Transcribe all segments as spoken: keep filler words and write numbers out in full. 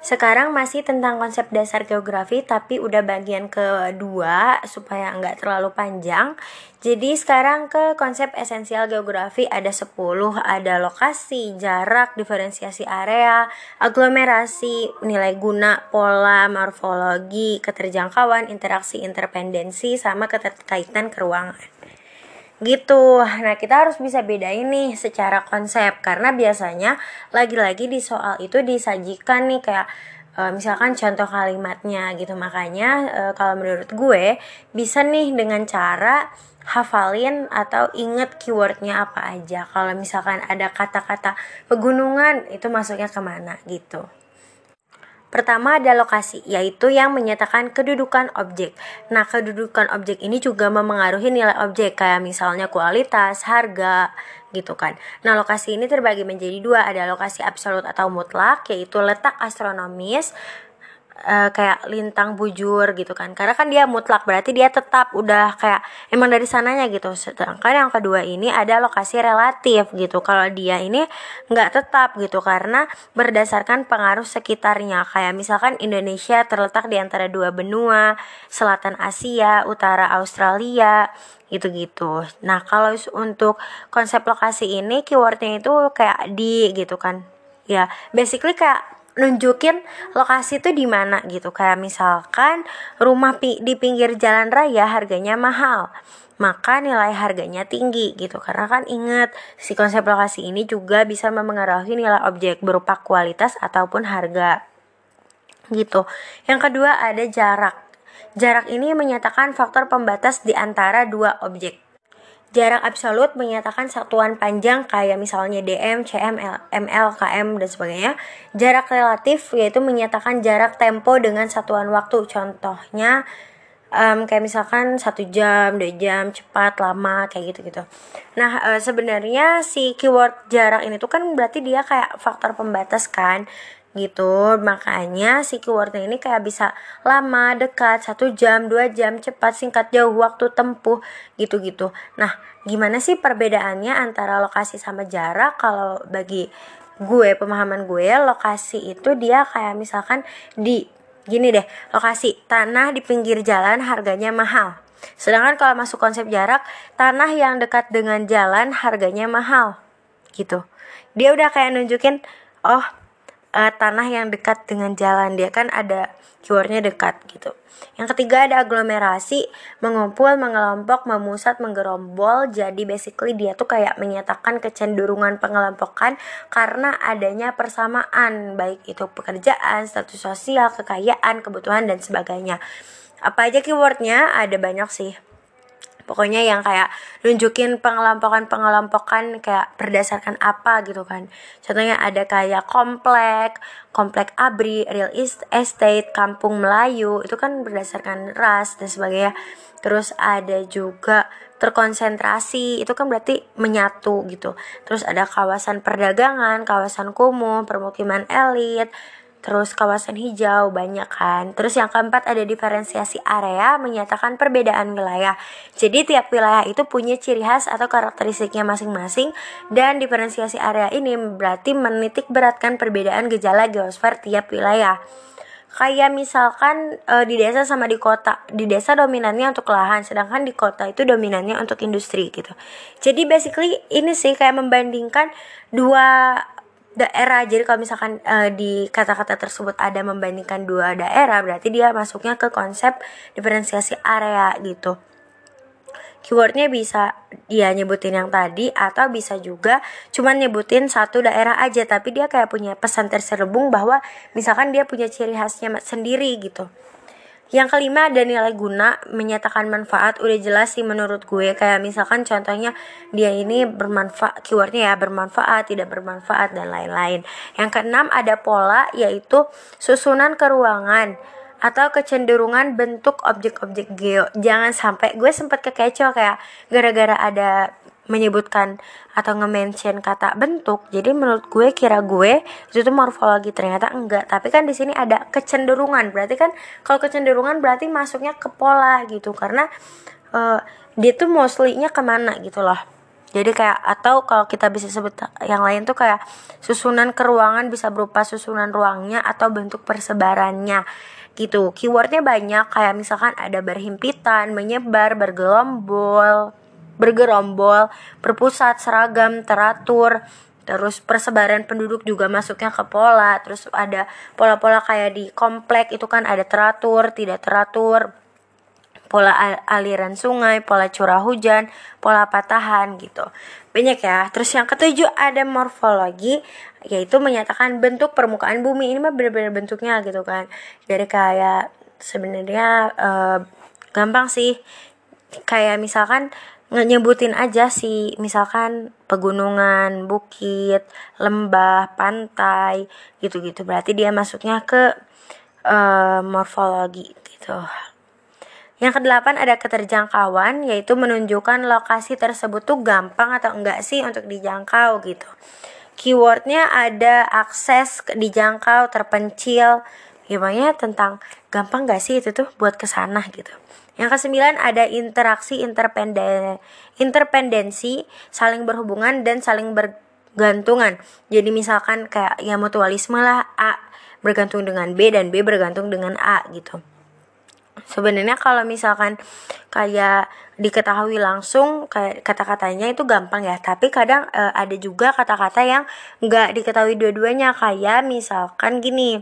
Sekarang masih tentang konsep dasar geografi, tapi udah bagian kedua supaya nggak terlalu panjang. Jadi sekarang ke konsep esensial geografi ada sepuluh, ada lokasi, jarak, diferensiasi area, aglomerasi, nilai guna, pola, morfologi, keterjangkauan, interaksi, interpendensi, sama keterkaitan keruangan. Gitu. Nah, kita harus bisa bedain nih secara konsep, karena biasanya lagi-lagi di soal itu disajikan nih kayak e, misalkan contoh kalimatnya gitu. Makanya e, kalau menurut gue bisa nih dengan cara hafalin atau inget keywordnya apa aja. Kalau misalkan ada kata-kata pegunungan, itu masuknya kemana gitu. Pertama ada lokasi, yaitu yang menyatakan kedudukan objek. Nah, kedudukan objek ini juga memengaruhi nilai objek, kayak misalnya kualitas, harga, gitu kan. Nah, lokasi ini terbagi menjadi dua, ada lokasi absolut atau mutlak, yaitu letak astronomis, Uh, kayak lintang bujur gitu kan, karena kan dia mutlak berarti dia tetap udah kayak emang dari sananya gitu. Sedangkan yang kedua ini ada lokasi relatif gitu, kalau dia ini nggak tetap gitu karena berdasarkan pengaruh sekitarnya, kayak misalkan Indonesia terletak di antara dua benua, selatan Asia, utara Australia gitu-gitu. Nah, kalau untuk konsep lokasi ini keywordnya itu kayak di gitu kan, ya basically kayak nunjukin lokasi itu di mana gitu. Kayak misalkan rumah pi- di pinggir jalan raya harganya mahal, maka nilai harganya tinggi gitu. Karena kan ingat, si konsep lokasi ini juga bisa memengaruhi nilai objek berupa kualitas ataupun harga gitu. Yang kedua ada jarak. Jarak ini menyatakan faktor pembatas di antara dua objek. Jarak absolut menyatakan satuan panjang kayak misalnya D M, C M, M L, K M, dan sebagainya. Jarak relatif yaitu menyatakan jarak tempo dengan satuan waktu. Contohnya um, kayak misalkan satu jam, dua jam, cepat, lama, kayak gitu-gitu. Nah, e, sebenarnya si keyword jarak ini tuh kan berarti dia kayak faktor pembatas kan gitu. Makanya si keywordnya ini kayak bisa lama, dekat, satu jam, dua jam, cepat, singkat, jauh, waktu tempuh, gitu-gitu. Nah, gimana sih perbedaannya antara lokasi sama jarak? Kalau bagi gue, pemahaman gue, lokasi itu dia kayak misalkan di gini deh, lokasi tanah di pinggir jalan harganya mahal. Sedangkan kalau masuk konsep jarak, tanah yang dekat dengan jalan harganya mahal gitu. Dia udah kayak nunjukin, oh uh, tanah yang dekat dengan jalan, dia kan ada keywordnya dekat gitu. Yang ketiga ada aglomerasi, mengumpul, mengelompok, memusat, menggerombol. Jadi basically dia tuh kayak menyatakan kecenderungan pengelompokan karena adanya persamaan, baik itu pekerjaan, status sosial, kekayaan, kebutuhan, dan sebagainya. Apa aja keywordnya? Ada banyak sih. Pokoknya yang kayak nunjukin pengelompokan-pengelompokan kayak berdasarkan apa gitu kan. Contohnya ada kayak komplek, komplek abri, real estate, kampung Melayu, itu kan berdasarkan ras dan sebagainya. Terus ada juga terkonsentrasi, itu kan berarti menyatu gitu. Terus ada kawasan perdagangan, kawasan kumuh, permukiman elit, terus kawasan hijau, banyak kan. Terus yang keempat ada diferensiasi area, menyatakan perbedaan wilayah. Jadi tiap wilayah itu punya ciri khas atau karakteristiknya masing-masing, dan diferensiasi area ini berarti menitik beratkan perbedaan gejala geosfer tiap wilayah. Kayak misalkan e, di desa sama di kota. Di desa dominannya untuk lahan, sedangkan di kota itu dominannya untuk industri gitu. Jadi basically ini sih kayak membandingkan dua daerah. Jadi kalau misalkan uh, di kata-kata tersebut ada membandingkan dua daerah, berarti dia masuknya ke konsep diferensiasi area gitu. Keywordnya bisa dia nyebutin yang tadi, atau bisa juga cuman nyebutin satu daerah aja, tapi dia kayak punya pesan terselubung bahwa misalkan dia punya ciri khasnya sendiri gitu. Yang kelima ada nilai guna, menyatakan manfaat. Udah jelas sih menurut gue, kayak misalkan contohnya dia ini bermanfaat, keywordnya ya bermanfaat, tidak bermanfaat, dan lain-lain. Yang keenam ada pola, yaitu susunan keruangan atau kecenderungan bentuk objek-objek geo. Jangan sampai, gue sempat kekecoh kayak gara-gara ada menyebutkan atau nge-mention kata bentuk, jadi menurut gue kira gue itu tuh morfologi, ternyata enggak. Tapi kan di sini ada kecenderungan, berarti kan kalau kecenderungan berarti masuknya ke pola gitu, karena uh, dia tuh mostly-nya kemana gitu loh. Jadi kayak, atau kalau kita bisa sebut yang lain tuh kayak susunan keruangan bisa berupa susunan ruangnya atau bentuk persebarannya gitu. Keywordnya banyak, kayak misalkan ada berhimpitan, menyebar, bergelombol, bergerombol, berpusat, seragam, teratur. Terus persebaran penduduk juga masuknya ke pola. Terus ada pola-pola kayak di komplek itu kan ada teratur, tidak teratur, pola aliran sungai, pola curah hujan, pola patahan gitu. Banyak ya. Terus yang ketujuh ada morfologi, yaitu menyatakan bentuk permukaan bumi. Ini mah benar-benar bentuknya gitu kan. Jadi kayak sebenarnya uh, gampang sih. Kayak misalkan nyebutin aja sih, misalkan pegunungan, bukit, lembah, pantai, gitu-gitu. Berarti dia masuknya ke uh, morfologi gitu. Yang kedelapan ada keterjangkauan, yaitu menunjukkan lokasi tersebut tuh gampang atau enggak sih untuk dijangkau gitu. Keywordnya ada akses, dijangkau, terpencil. Gimana tentang gampang enggak sih itu tuh buat kesana gitu. Yang kesembilan ada interaksi, interpenden, interpendensi, saling berhubungan dan saling bergantungan. Jadi misalkan kayak ya mutualisme lah, A bergantung dengan B dan B bergantung dengan A gitu. Sebenarnya kalau misalkan kayak diketahui langsung kayak kata-katanya itu gampang ya, tapi kadang e, ada juga kata-kata yang nggak diketahui dua-duanya, kayak misalkan gini,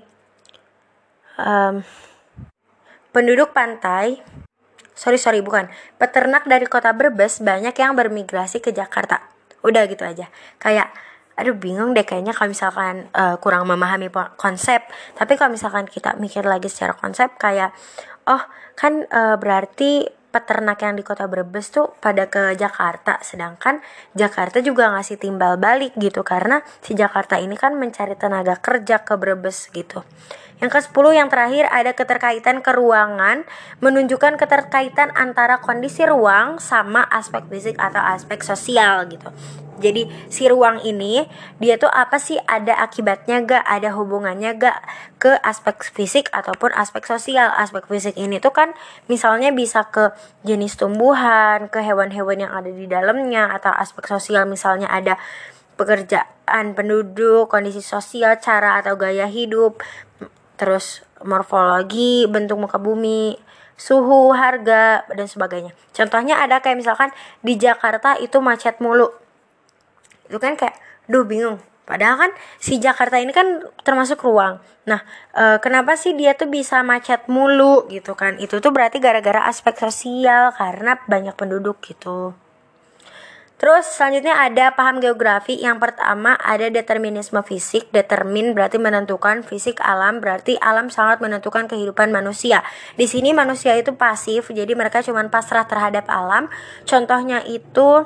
um, penduduk pantai, sorry sorry bukan, peternak dari kota Brebes banyak yang bermigrasi ke Jakarta. Udah gitu aja. Kayak aduh bingung deh kayaknya kalau misalkan uh, kurang memahami konsep. Tapi kalau misalkan kita mikir lagi secara konsep kayak oh kan uh, berarti peternak yang di kota Brebes tuh pada ke Jakarta, sedangkan Jakarta juga ngasih timbal balik gitu karena si Jakarta ini kan mencari tenaga kerja ke Brebes gitu. Yang ke sepuluh yang terakhir ada keterkaitan keruangan, menunjukkan keterkaitan antara kondisi ruang sama aspek fisik atau aspek sosial gitu. Jadi si ruang ini dia tuh apa sih, ada akibatnya gak, ada hubungannya gak ke aspek fisik ataupun aspek sosial. Aspek fisik ini tuh kan misalnya bisa ke jenis tumbuhan, ke hewan-hewan yang ada di dalamnya, atau aspek sosial misalnya ada pekerjaan penduduk, kondisi sosial, cara atau gaya hidup, terus morfologi, bentuk muka bumi, suhu, harga, dan sebagainya. Contohnya ada kayak misalkan di Jakarta itu macet mulu. Itu kan kayak duh bingung. Padahal kan si Jakarta ini kan termasuk ruang. Nah, e, kenapa sih dia tuh bisa macet mulu gitu kan? Itu tuh berarti gara-gara aspek sosial karena banyak penduduk gitu. Terus selanjutnya ada paham geografi. Yang pertama ada determinisme fisik. Determin berarti menentukan, fisik alam berarti alam sangat menentukan kehidupan manusia. Di sini manusia itu pasif, jadi mereka cuma pasrah terhadap alam. Contohnya itu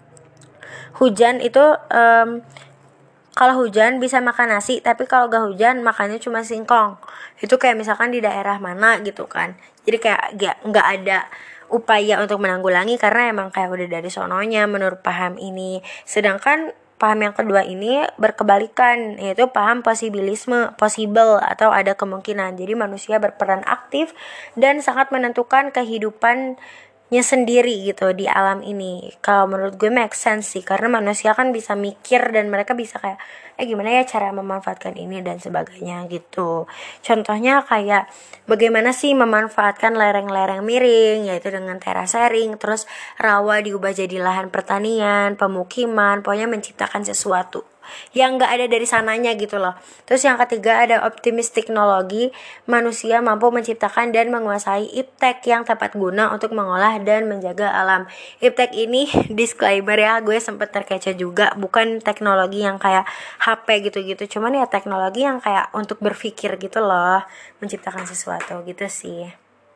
hujan itu um, kalau hujan bisa makan nasi, tapi kalau gak hujan makannya cuma singkong. Itu kayak misalkan di daerah mana gitu kan. Jadi kayak gak, gak ada upaya untuk menanggulangi karena emang kayak udah dari sononya menurut paham ini. Sedangkan paham yang kedua ini berkebalikan, yaitu paham posibilisme, possible atau ada kemungkinan. Jadi manusia berperan aktif dan sangat menentukan kehidupannya sendiri gitu di alam ini. Kalau menurut gue make sense sih, karena manusia kan bisa mikir dan mereka bisa kayak eh gimana ya cara memanfaatkan ini dan sebagainya gitu. Contohnya kayak bagaimana sih memanfaatkan lereng-lereng miring, yaitu dengan terasering, terus rawa diubah jadi lahan pertanian, pemukiman, pokoknya menciptakan sesuatu yang gak ada dari sananya gitu loh. Terus yang ketiga ada optimis teknologi. Manusia mampu menciptakan dan menguasai iptek yang tepat guna untuk mengolah dan menjaga alam. Iptek ini disclaimer ya, gue sempet terkecoh juga, bukan teknologi yang kayak H P gitu-gitu, cuman ya teknologi yang kayak untuk berpikir gitu loh, menciptakan sesuatu gitu sih.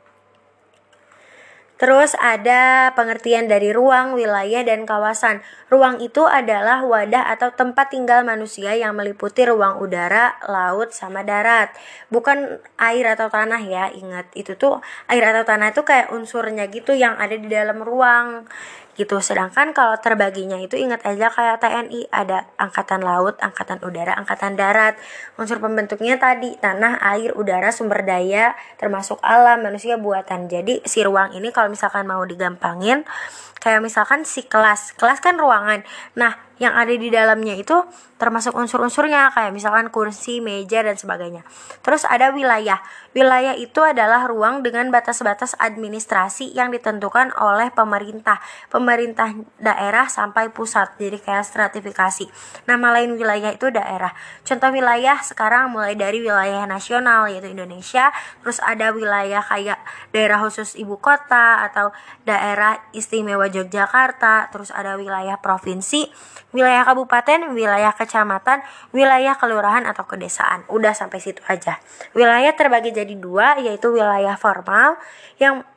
Terus ada pengertian dari ruang, wilayah, dan kawasan. Ruang itu adalah wadah atau tempat tinggal manusia yang meliputi ruang udara, laut, sama darat. Bukan air atau tanah ya, ingat. Itu tuh air atau tanah itu kayak unsurnya gitu yang ada di dalam ruang gitu. Sedangkan kalau terbaginya itu ingat aja kayak T N I, ada angkatan laut, angkatan udara, angkatan darat. Unsur pembentuknya tadi tanah, air, udara, sumber daya, termasuk alam, manusia buatan. Jadi si ruang ini kalau misalkan mau digampangin kayak misalkan si kelas kelas kan ruangan, nah yang ada di dalamnya itu termasuk unsur-unsurnya kayak misalkan kursi, meja dan sebagainya. Terus ada wilayah. Wilayah itu adalah ruang dengan batas-batas administrasi yang ditentukan oleh pemerintah, pemerintah daerah sampai pusat. Jadi kayak stratifikasi. Nama lain wilayah itu daerah. Contoh wilayah sekarang mulai dari wilayah nasional yaitu Indonesia, terus ada wilayah kayak daerah khusus ibu kota atau daerah istimewa Yogyakarta, terus ada wilayah provinsi, wilayah kabupaten, wilayah kecamatan, wilayah kelurahan atau kedesaan. Udah sampai situ aja. Wilayah terbagi jadi dua, yaitu wilayah formal yang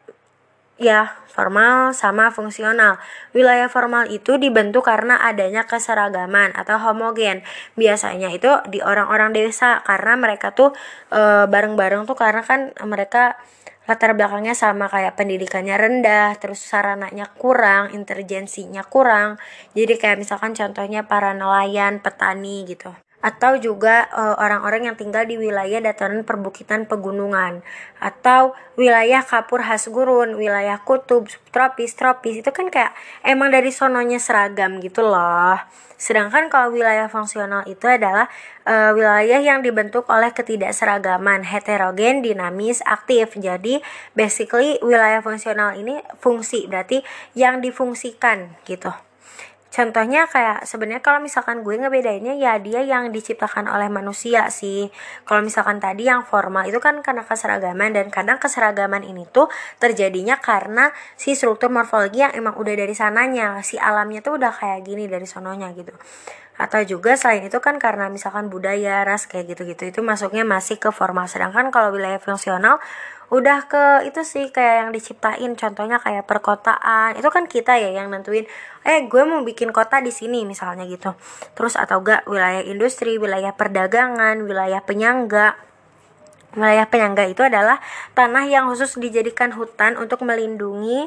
ya formal sama fungsional. Wilayah formal itu dibentuk karena adanya keseragaman atau homogen. Biasanya itu di orang-orang desa karena mereka tuh e, bareng-bareng tuh karena kan mereka latar belakangnya sama, kayak pendidikannya rendah, terus sarananya kurang, intelijensinya kurang. Jadi kayak misalkan contohnya para nelayan, petani gitu. Atau juga e, orang-orang yang tinggal di wilayah dataran perbukitan pegunungan, atau wilayah kapur khas gurun, wilayah kutub, subtropis, tropis, itu kan kayak emang dari sononya seragam gitu loh. Sedangkan kalau wilayah fungsional itu adalah e, wilayah yang dibentuk oleh ketidakseragaman, heterogen, dinamis, aktif. Jadi basically wilayah fungsional ini fungsi, berarti yang difungsikan gitu. Contohnya kayak sebenarnya kalau misalkan gue ngebedainnya ya dia yang diciptakan oleh manusia sih. Kalau misalkan tadi yang formal itu kan karena keseragaman, dan kadang keseragaman ini tuh terjadinya karena si struktur morfologi yang emang udah dari sananya, si alamnya tuh udah kayak gini dari sononya gitu. Atau juga selain itu kan karena misalkan budaya, ras kayak gitu-gitu, itu masuknya masih ke formal. Sedangkan kalau wilayah fungsional udah ke itu sih kayak yang diciptain, contohnya kayak perkotaan itu kan kita ya yang nentuin, eh gue mau bikin kota di sini misalnya gitu. Terus atau enggak wilayah industri, wilayah perdagangan, wilayah penyangga. Wilayah penyangga itu adalah tanah yang khusus dijadikan hutan untuk melindungi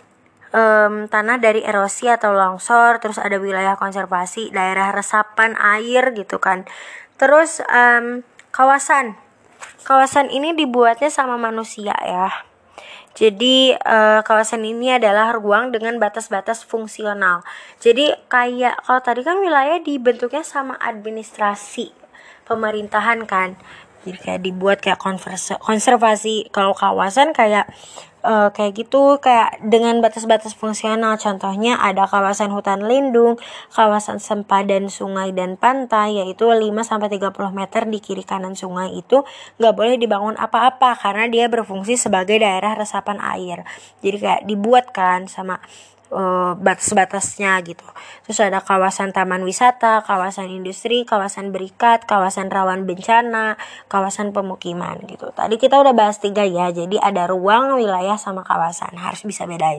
um, tanah dari erosi atau longsor. Terus ada wilayah konservasi, daerah resapan air gitu kan. Terus um, kawasan Kawasan ini dibuatnya sama manusia ya. Jadi e, kawasan ini adalah ruang dengan batas-batas fungsional. Jadi kayak kalau tadi kan wilayah dibentuknya sama administrasi pemerintahan kan. Jadi kayak dibuat kayak konservasi. Kalau kawasan kayak e, kayak gitu, kayak dengan batas-batas fungsional. Contohnya ada kawasan hutan lindung, kawasan sempadan sungai dan pantai, yaitu lima sampai tiga puluh meter di kiri kanan sungai itu gak boleh dibangun apa-apa karena dia berfungsi sebagai daerah resapan air. Jadi kayak dibuat kan sama uh, batas-batasnya gitu. Terus ada kawasan taman wisata, kawasan industri, kawasan berikat, kawasan rawan bencana, kawasan pemukiman gitu. Tadi kita udah bahas tiga ya, jadi ada ruang, wilayah, sama kawasan, harus bisa bedain.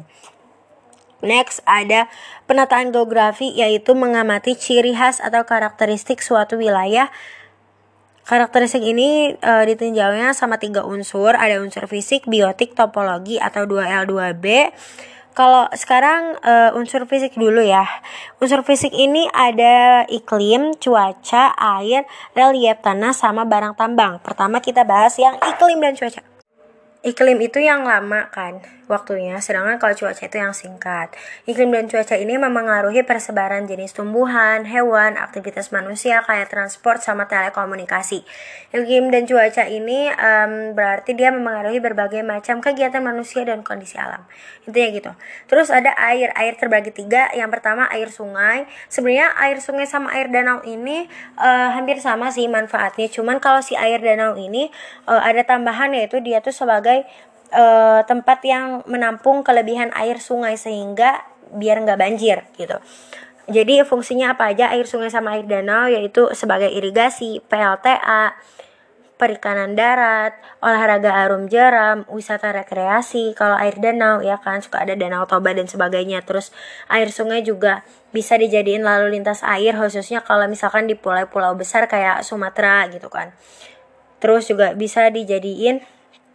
Next ada penataan geografi, yaitu mengamati ciri khas atau karakteristik suatu wilayah. Karakteristik ini e, ditinjaunya sama tiga unsur, ada unsur fisik, biotik, topologi atau dua L dua B. Kalau sekarang e, unsur fisik dulu ya. Unsur fisik ini ada iklim, cuaca, air, relief tanah, sama barang tambang. Pertama kita bahas yang iklim dan cuaca. Iklim itu yang lama kan waktunya, sedangkan kalau cuaca itu yang singkat. Iklim dan cuaca ini memengaruhi persebaran jenis tumbuhan, hewan, aktivitas manusia kayak transport sama telekomunikasi. Iklim dan cuaca ini um, berarti dia memengaruhi berbagai macam kegiatan manusia dan kondisi alam. Intinya gitu. Terus ada air. Air terbagi tiga. Yang pertama air sungai. Sebenarnya air sungai sama air danau ini uh, hampir sama sih manfaatnya. Cuman kalau si air danau ini uh, ada tambahan, yaitu dia tuh sebagai Uh, tempat yang menampung kelebihan air sungai sehingga biar nggak banjir gitu. Jadi fungsinya apa aja air sungai sama air danau, yaitu sebagai irigasi, P L T A, perikanan darat, olahraga arum jeram, wisata rekreasi. Kalau air danau ya kan suka ada Danau Toba dan sebagainya. Terus air sungai juga bisa dijadiin lalu lintas air, khususnya kalau misalkan di pulau-pulau besar kayak Sumatera gitu kan. Terus juga bisa dijadiin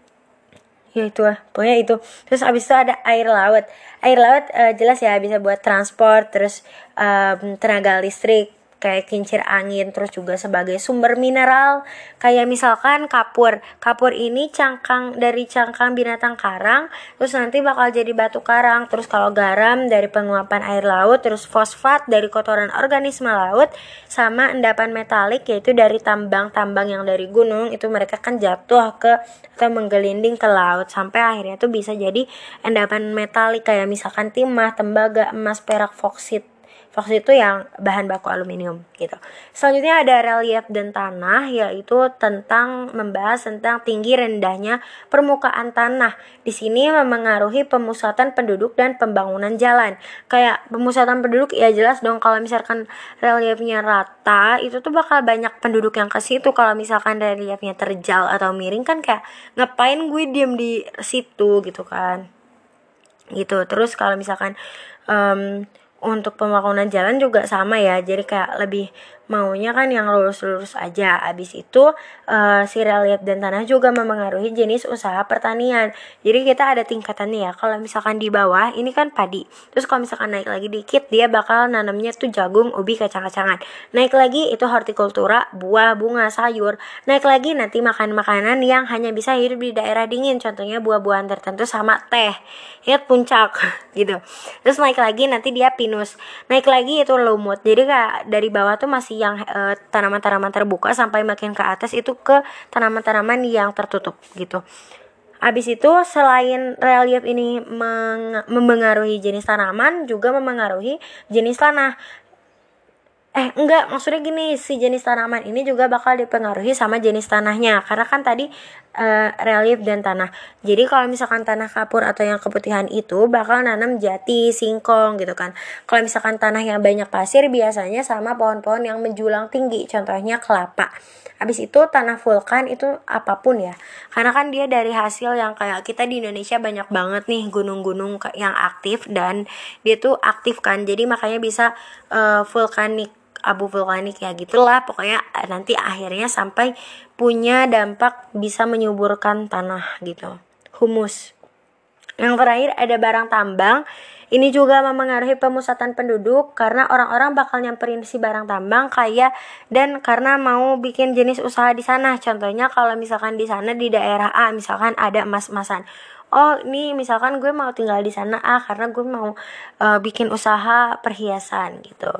ya itu lah, pokoknya itu. Terus abis itu ada air laut. Air laut uh, jelas ya bisa buat transport, terus um, tenaga listrik, kayak kincir angin, terus juga sebagai sumber mineral kayak misalkan kapur. Kapur ini cangkang dari cangkang binatang karang, terus nanti bakal jadi batu karang. Terus kalau garam dari penguapan air laut, terus fosfat dari kotoran organisme laut, sama endapan metalik yaitu dari tambang-tambang yang dari gunung, itu mereka kan jatuh ke atau menggelinding ke laut sampai akhirnya tuh bisa jadi endapan metalik kayak misalkan timah, tembaga, emas, perak, boksit. Boksit itu yang bahan baku aluminium gitu. Selanjutnya ada relief dan tanah, yaitu tentang membahas tentang tinggi rendahnya permukaan tanah. Di sini memengaruhi pemusatan penduduk dan pembangunan jalan. Kayak pemusatan penduduk ya jelas dong, kalau misalkan reliefnya rata itu tuh bakal banyak penduduk yang ke situ. Kalau misalkan reliefnya terjal atau miring kan kayak ngapain gue diem di situ gitu kan. Gitu. Terus kalau misalkan um, untuk pembangunan jalan juga sama ya, jadi kayak lebih maunya kan yang lurus-lurus aja. Abis itu uh, si relief dan tanah juga memengaruhi jenis usaha pertanian. Jadi kita ada tingkatannya ya. Kalau misalkan di bawah ini kan padi, terus kalau misalkan naik lagi dikit dia bakal nanamnya tuh jagung, ubi, kacang-kacangan. Naik lagi itu hortikultura, buah, bunga, sayur. Naik lagi nanti makan makanan yang hanya bisa hidup di daerah dingin, contohnya buah-buahan tertentu sama teh. Ingat puncak gitu. Terus naik lagi nanti dia pinus. Naik lagi itu lumut. Jadi kayak dari bawah tuh masih yang e, tanaman-tanaman terbuka sampai makin ke atas itu ke tanaman-tanaman yang tertutup gitu. Habis itu selain relief ini meng- memengaruhi jenis tanaman, juga memengaruhi jenis tanah. Eh enggak, maksudnya gini, si jenis tanaman ini juga bakal dipengaruhi sama jenis tanahnya. Karena kan tadi uh, relief dan tanah. Jadi kalau misalkan tanah kapur atau yang keputihan itu bakal nanam jati, singkong gitu kan. Kalau misalkan tanah yang banyak pasir biasanya sama pohon-pohon yang menjulang tinggi, contohnya kelapa. Habis itu tanah vulkan itu apapun ya. Karena kan dia dari hasil yang kayak kita di Indonesia banyak banget nih gunung-gunung yang aktif dan dia tuh aktif kan. Jadi makanya bisa uh, vulkanik, abu vulkanik ya gitulah. Pokoknya nanti akhirnya sampai punya dampak bisa menyuburkan tanah gitu. Humus. Yang terakhir ada barang tambang. Ini juga memengaruhi pemusatan penduduk karena orang-orang bakal nyamperin si barang tambang kayak dan karena mau bikin jenis usaha di sana. Contohnya kalau misalkan di sana di daerah A misalkan ada emas-emasan. Oh, ini misalkan gue mau tinggal di sana A karena gue mau uh, bikin usaha perhiasan gitu.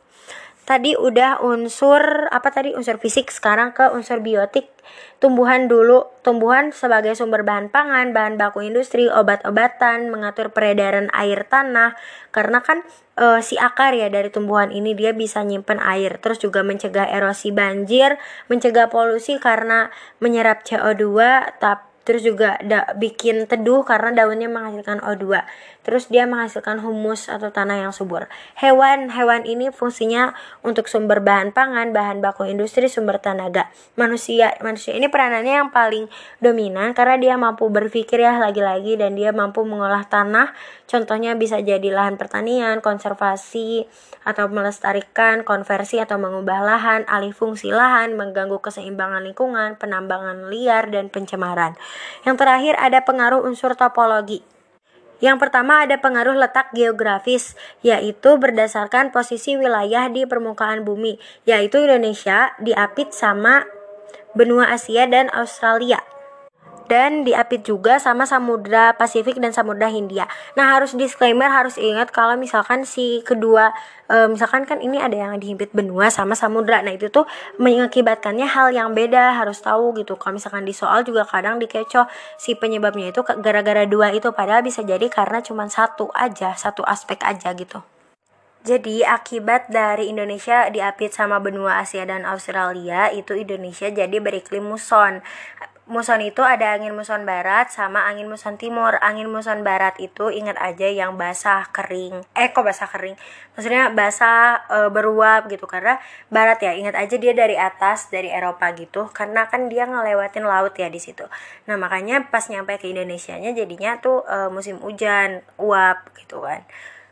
Tadi udah unsur apa tadi unsur fisik, sekarang ke unsur biotik. Tumbuhan dulu, tumbuhan sebagai sumber bahan pangan, bahan baku industri, obat-obatan, mengatur peredaran air tanah. Karena kan e, si akar ya dari tumbuhan ini dia bisa nyimpen air, terus juga mencegah erosi banjir, mencegah polusi karena menyerap C O dua, tapi terus juga da, bikin teduh karena daunnya menghasilkan O dua. Terus dia menghasilkan humus atau tanah yang subur. Hewan-hewan ini fungsinya untuk sumber bahan pangan, bahan baku industri, sumber tenaga. Manusia, manusia ini peranannya yang paling dominan karena dia mampu berpikir ya lagi-lagi dan dia mampu mengolah tanah. Contohnya bisa jadi lahan pertanian, konservasi atau melestarikan, konversi atau mengubah lahan, alih fungsi lahan, mengganggu keseimbangan lingkungan, penambangan liar dan pencemaran. Yang terakhir ada pengaruh unsur topologi. Yang pertama ada pengaruh letak geografis, yaitu berdasarkan posisi wilayah di permukaan bumi, yaitu Indonesia diapit sama benua Asia dan Australia. Dan diapit juga sama Samudra Pasifik dan Samudra Hindia. Nah harus disclaimer, harus ingat kalau misalkan si kedua e, misalkan kan ini ada yang dihimpit benua sama samudra. Nah itu tuh mengakibatkannya hal yang beda, harus tahu gitu. Kalau misalkan di soal juga kadang dikecoh si penyebabnya itu gara-gara dua itu, padahal bisa jadi karena cuma satu aja, satu aspek aja gitu. Jadi akibat dari Indonesia diapit sama benua Asia dan Australia, itu Indonesia jadi beriklim muson. Muson itu ada angin muson barat sama angin muson timur. Angin muson barat itu ingat aja yang basah kering. Eh kok basah kering? Maksudnya basah e, beruap gitu karena barat ya. Ingat aja dia dari atas dari Eropa gitu. Karena kan dia ngelewatin laut ya di situ. Nah makanya pas nyampe ke Indonesianya jadinya tuh e, musim hujan, uap gitu kan.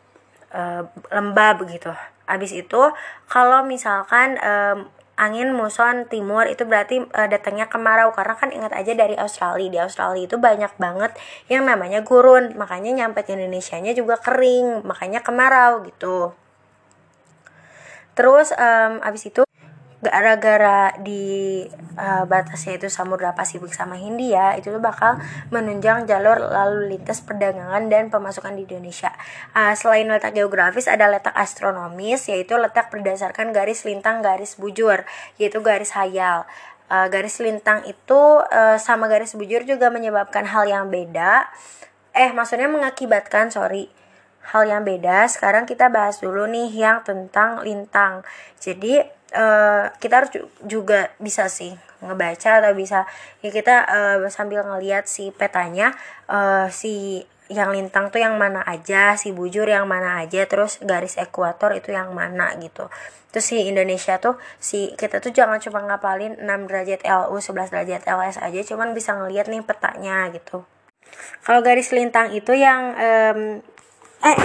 E, lembab gitu. Abis itu kalau misalkan e, angin muson timur itu berarti e, datangnya kemarau karena kan ingat aja dari Australia. Di Australia itu banyak banget yang namanya gurun, makanya nyampe ke Indonesianya juga kering, makanya kemarau gitu. Terus um, abis itu gara-gara di uh, batasnya itu Samudra Pasifik sama Hindia, itu tuh bakal menunjang jalur lalu lintas perdagangan dan pemasukan di Indonesia. Uh, selain letak geografis, ada letak astronomis, yaitu letak berdasarkan garis lintang garis bujur, yaitu garis hayal. Uh, garis lintang itu uh, sama garis bujur juga menyebabkan hal yang beda. Eh, maksudnya mengakibatkan, sorry, hal yang beda. Sekarang kita bahas dulu nih yang tentang lintang. Jadi Uh, kita harus juga bisa sih ngebaca atau bisa ya kita uh, sambil ngelihat si petanya, uh, si yang lintang tuh yang mana aja, si bujur yang mana aja, terus garis ekuator itu yang mana gitu. Terus si Indonesia tuh si kita tuh jangan cuma ngapalin enam derajat L U, sebelas derajat L S aja, cuman bisa ngelihat nih petanya gitu. Kalau garis lintang itu yang um, eh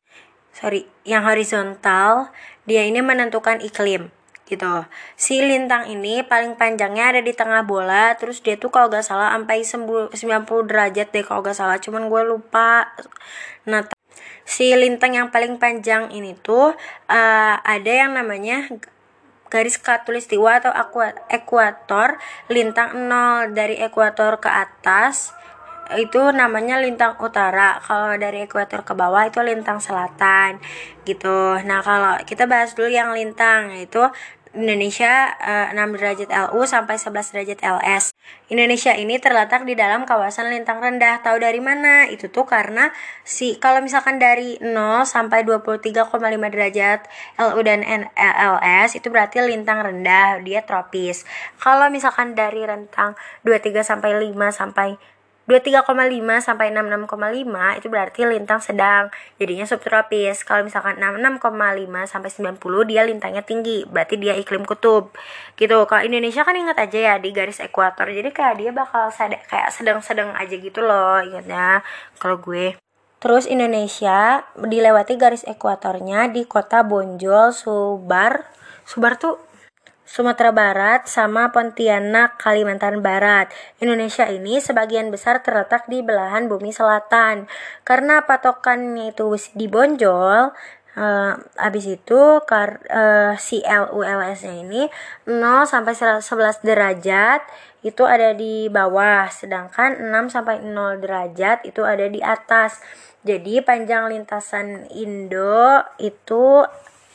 sorry yang horizontal, dia ini menentukan iklim gitu. Si lintang ini paling panjangnya ada di tengah bola, terus dia tuh kalau gak salah sampai sembilan puluh derajat deh kalau gak salah, cuman gue lupa. Nah, si lintang yang paling panjang ini tuh uh, ada yang namanya garis khatulistiwa atau ekuator. Lintang nol dari ekuator ke atas itu namanya lintang utara, kalau dari ekuator ke bawah itu lintang selatan gitu. Nah, kalau kita bahas dulu yang lintang, yaitu Indonesia uh, enam derajat L U sampai sebelas derajat L S. Indonesia ini terletak di dalam kawasan lintang rendah. Tahu dari mana? Itu tuh karena si kalau misalkan dari nol sampai dua puluh tiga koma lima derajat L U dan L S itu berarti lintang rendah, dia tropis. Kalau misalkan dari rentang dua puluh tiga sampai lima sampai dua puluh tiga koma lima sampai enam puluh enam koma lima itu berarti lintang sedang, jadinya subtropis. Kalau misalkan enam puluh enam koma lima sampai sembilan puluh dia lintangnya tinggi, berarti dia iklim kutub gitu. Kalau Indonesia kan ingat aja ya di garis ekuator, jadi kayak dia bakal sad- kayak sedang-sedang aja gitu loh ingatnya kalau gue. Terus Indonesia dilewati garis ekuatornya di kota Bonjol, Subar Subar tuh Sumatera Barat sama Pontianak, Kalimantan Barat. Indonesia ini sebagian besar terletak di belahan bumi selatan. Karena patokannya itu di Bonjol, uh, habis itu kar, uh, si L U L S-nya ini nol sampai sebelas derajat itu ada di bawah, sedangkan enam sampai nol derajat itu ada di atas. Jadi panjang lintasan Indo itu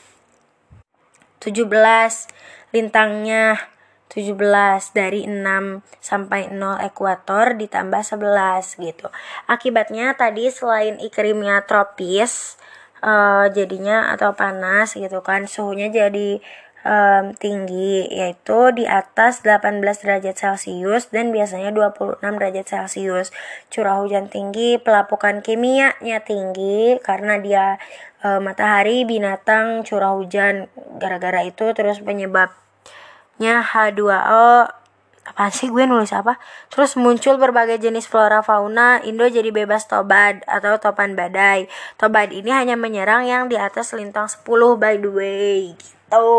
tujuh belas, lintangnya tujuh belas, dari enam sampai nol ekuator ditambah sebelas gitu. Akibatnya tadi selain iklimnya tropis, uh, jadinya atau panas gitu kan, suhunya jadi um, tinggi, yaitu di atas delapan belas derajat Celcius dan biasanya dua puluh enam derajat Celcius. Curah hujan tinggi, pelapukan kimianya tinggi karena dia uh, matahari, binatang, curah hujan, gara-gara itu. Terus penyebabnya H dua O, apaan sih gue nulis apa? Terus muncul berbagai jenis flora fauna. Indo jadi bebas tobat atau topan badai. Tobat ini hanya menyerang yang di atas lintang sepuluh by the way gitu.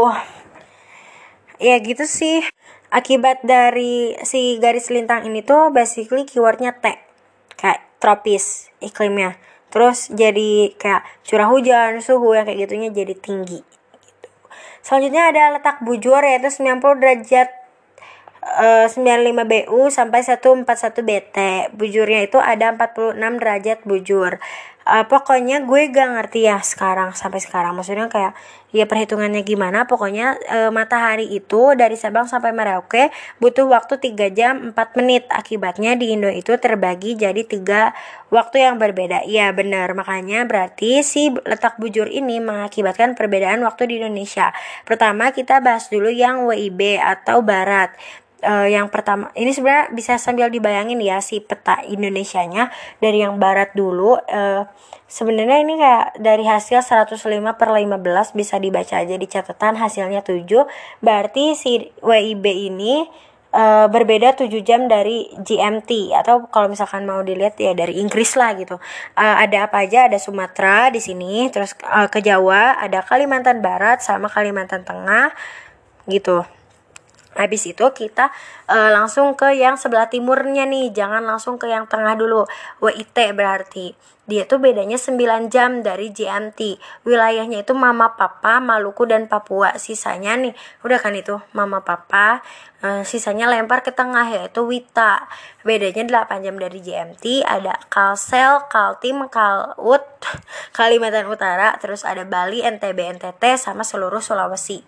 Ya gitu sih. Akibat dari si garis lintang ini tuh basically keywordnya T, kayak tropis iklimnya. Terus jadi kayak curah hujan, suhu yang kayak gitunya jadi tinggi gitu. Selanjutnya ada letak bujur, yaitu sembilan puluh derajat uh, sembilan puluh lima B U sampai seratus empat puluh satu B T. Bujurnya itu ada empat puluh enam derajat bujur. Uh, pokoknya gue gak ngerti ya sekarang sampai sekarang, maksudnya kayak ya perhitungannya gimana. Pokoknya uh, matahari itu dari Sabang sampai Merauke butuh waktu tiga jam empat menit. Akibatnya di Indo itu terbagi jadi tiga waktu yang berbeda. Iya benar, makanya berarti si letak bujur ini mengakibatkan perbedaan waktu di Indonesia. Pertama kita bahas dulu yang W I B atau barat. Uh, yang pertama ini sebenarnya bisa sambil dibayangin ya si peta Indonesianya dari yang barat dulu. Uh, sebenarnya ini kayak dari hasil seratus lima per lima belas bisa dibaca aja di catatan, hasilnya tujuh. Berarti si W I B ini uh, berbeda tujuh jam dari G M T, atau kalau misalkan mau dilihat ya dari Inggris lah gitu. Uh, ada apa aja? Ada Sumatera di sini, terus uh, ke Jawa, ada Kalimantan Barat sama Kalimantan Tengah gitu. Habis itu kita uh, langsung ke yang sebelah timurnya nih, jangan langsung ke yang tengah dulu. W I T berarti dia tuh bedanya sembilan jam dari J M T. Wilayahnya itu Mama Papa, Maluku dan Papua. Sisanya nih, udah kan itu Mama Papa, uh, sisanya lempar ke tengah yaitu Wita. Bedanya delapan jam dari J M T. Ada Kalsel, Kaltim, Kalut, Kalimantan Utara, terus ada Bali, N T B, N T T sama seluruh Sulawesi.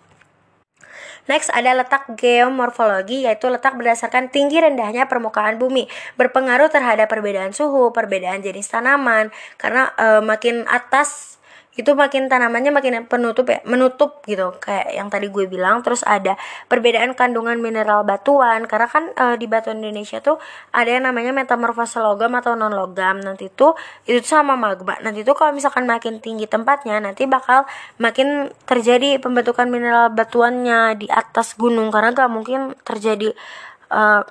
Next ada letak geomorfologi, yaitu letak berdasarkan tinggi rendahnya permukaan bumi, berpengaruh terhadap perbedaan suhu, perbedaan jenis tanaman, karena e, makin atas itu makin tanamannya makin penutup ya, menutup gitu kayak yang tadi gue bilang. Terus ada perbedaan kandungan mineral batuan, karena kan e, di batuan Indonesia tuh ada yang namanya metamorfose logam atau non logam. Nanti tuh itu sama magma. Nanti tuh kalau misalkan makin tinggi tempatnya, nanti bakal makin terjadi pembentukan mineral batuannya di atas gunung, karena gak mungkin terjadi e,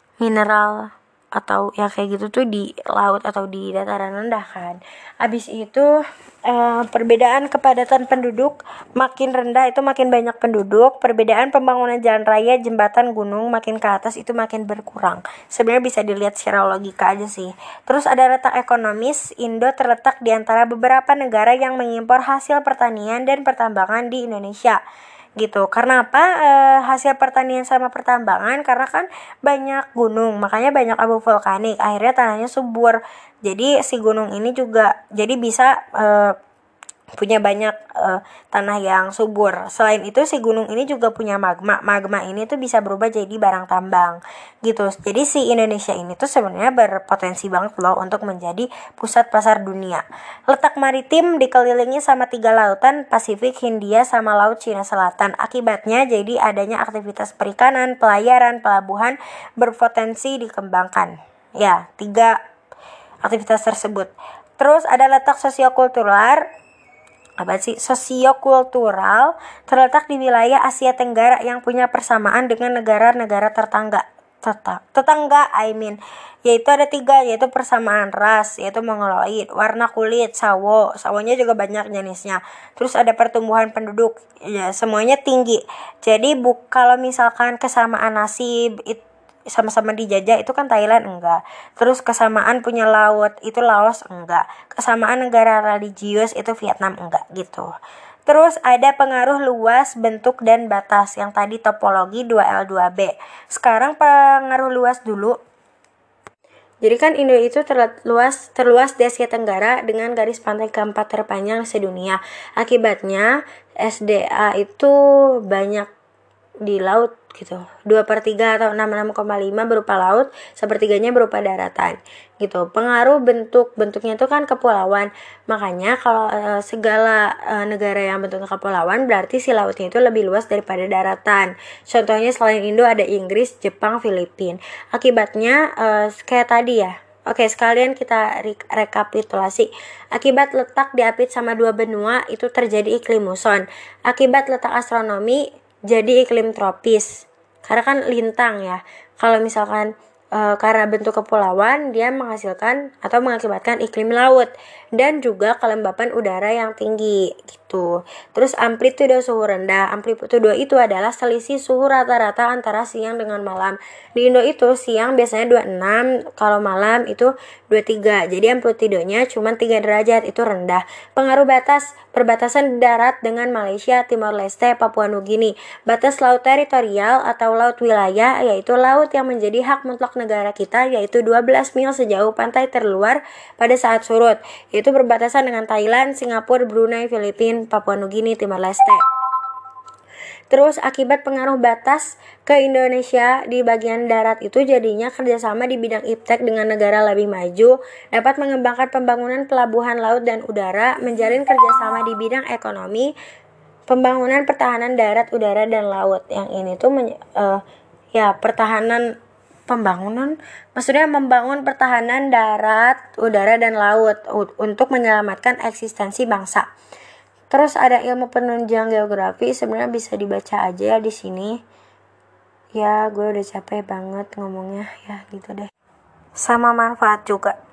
mineral atau ya kayak gitu tuh di laut atau di dataran rendah kan. Abis itu uh, perbedaan kepadatan penduduk, makin rendah itu makin banyak penduduk. Perbedaan pembangunan jalan raya, jembatan, gunung makin ke atas itu makin berkurang. Sebenarnya bisa dilihat secara logika aja sih. Terus ada letak ekonomis. Indo terletak di antara beberapa negara yang mengimpor hasil pertanian dan pertambangan di Indonesia gitu. Karena apa? E, hasil pertanian sama pertambangan, karena kan banyak gunung, makanya banyak abu vulkanik, akhirnya tanahnya subur. Jadi si gunung ini juga jadi bisa e, punya banyak uh, tanah yang subur. Selain itu si gunung ini juga punya magma. Magma ini tuh bisa berubah jadi barang tambang gitu. Jadi si Indonesia ini tuh sebenarnya berpotensi banget loh untuk menjadi pusat pasar dunia. Letak maritim dikelilingi sama tiga lautan, Pasifik, Hindia, sama Laut Cina Selatan. Akibatnya jadi adanya aktivitas perikanan, pelayaran, pelabuhan berpotensi dikembangkan. Ya, tiga aktivitas tersebut. Terus ada letak sosiokultural apa sih sosiokultural terletak di wilayah Asia Tenggara yang punya persamaan dengan negara-negara tetangga tetangga I mean yaitu ada tiga, yaitu persamaan ras, yaitu mongoloid, warna kulit, sawo sawonya juga banyak jenisnya, terus ada pertumbuhan penduduk, ya semuanya tinggi. Jadi bu kalau misalkan kesamaan nasib itu sama-sama dijajah itu kan Thailand enggak. Terus kesamaan punya laut itu Laos enggak. Kesamaan negara religius itu Vietnam enggak gitu. Terus ada pengaruh luas, bentuk dan batas, yang tadi topologi dua L dua B. Sekarang pengaruh luas dulu. Jadi kan Indo itu terluas terluas di Asia Tenggara dengan garis pantai keempat terpanjang sedunia. Akibatnya S D A itu banyak di laut gitu, dua per tiga atau enam puluh enam koma lima berupa laut, sepertiganya berupa daratan gitu. Pengaruh bentuk, bentuknya itu kan kepulauan, makanya kalau e, segala e, negara yang bentuknya kepulauan berarti si lautnya itu lebih luas daripada daratan. Contohnya selain Indo ada Inggris, Jepang, Filipina. Akibatnya e, kayak tadi ya. Oke, sekalian kita re- rekapitulasi. Akibat letak diapit sama dua benua itu terjadi iklim muson. Akibat letak astronomi jadi iklim tropis, karena kan lintang ya. Kalau misalkan e, karena bentuk kepulauan, dia menghasilkan atau mengakibatkan iklim laut dan juga kelembapan udara yang tinggi gitu. Terus amplitudo suhu rendah. Amplitudo itu adalah selisih suhu rata-rata antara siang dengan malam. Di Indo itu siang biasanya dua puluh enam, kalau malam itu dua puluh tiga. Jadi amplitudonya cuma tiga derajat, itu rendah. Pengaruh batas, perbatasan darat dengan Malaysia, Timor Leste, Papua Nugini. Batas laut teritorial atau laut wilayah, yaitu laut yang menjadi hak mutlak negara kita, yaitu dua belas mil sejauh pantai terluar pada saat surut. Itu berbatasan dengan Thailand, Singapura, Brunei, Filipina, Papua Nugini, Timor Leste. Terus akibat pengaruh batas ke Indonesia di bagian darat itu jadinya kerjasama di bidang iptek dengan negara lebih maju, dapat mengembangkan pembangunan pelabuhan laut dan udara, menjalin kerjasama di bidang ekonomi, pembangunan pertahanan darat, udara, dan laut. Yang ini tuh men- uh, ya pertahanan pembangunan, maksudnya membangun pertahanan darat, udara, dan laut u- untuk menyelamatkan eksistensi bangsa. Terus ada ilmu penunjang geografi, sebenarnya bisa dibaca aja ya di sini. Ya, gue udah capek banget ngomongnya, ya gitu deh. Sama manfaat juga.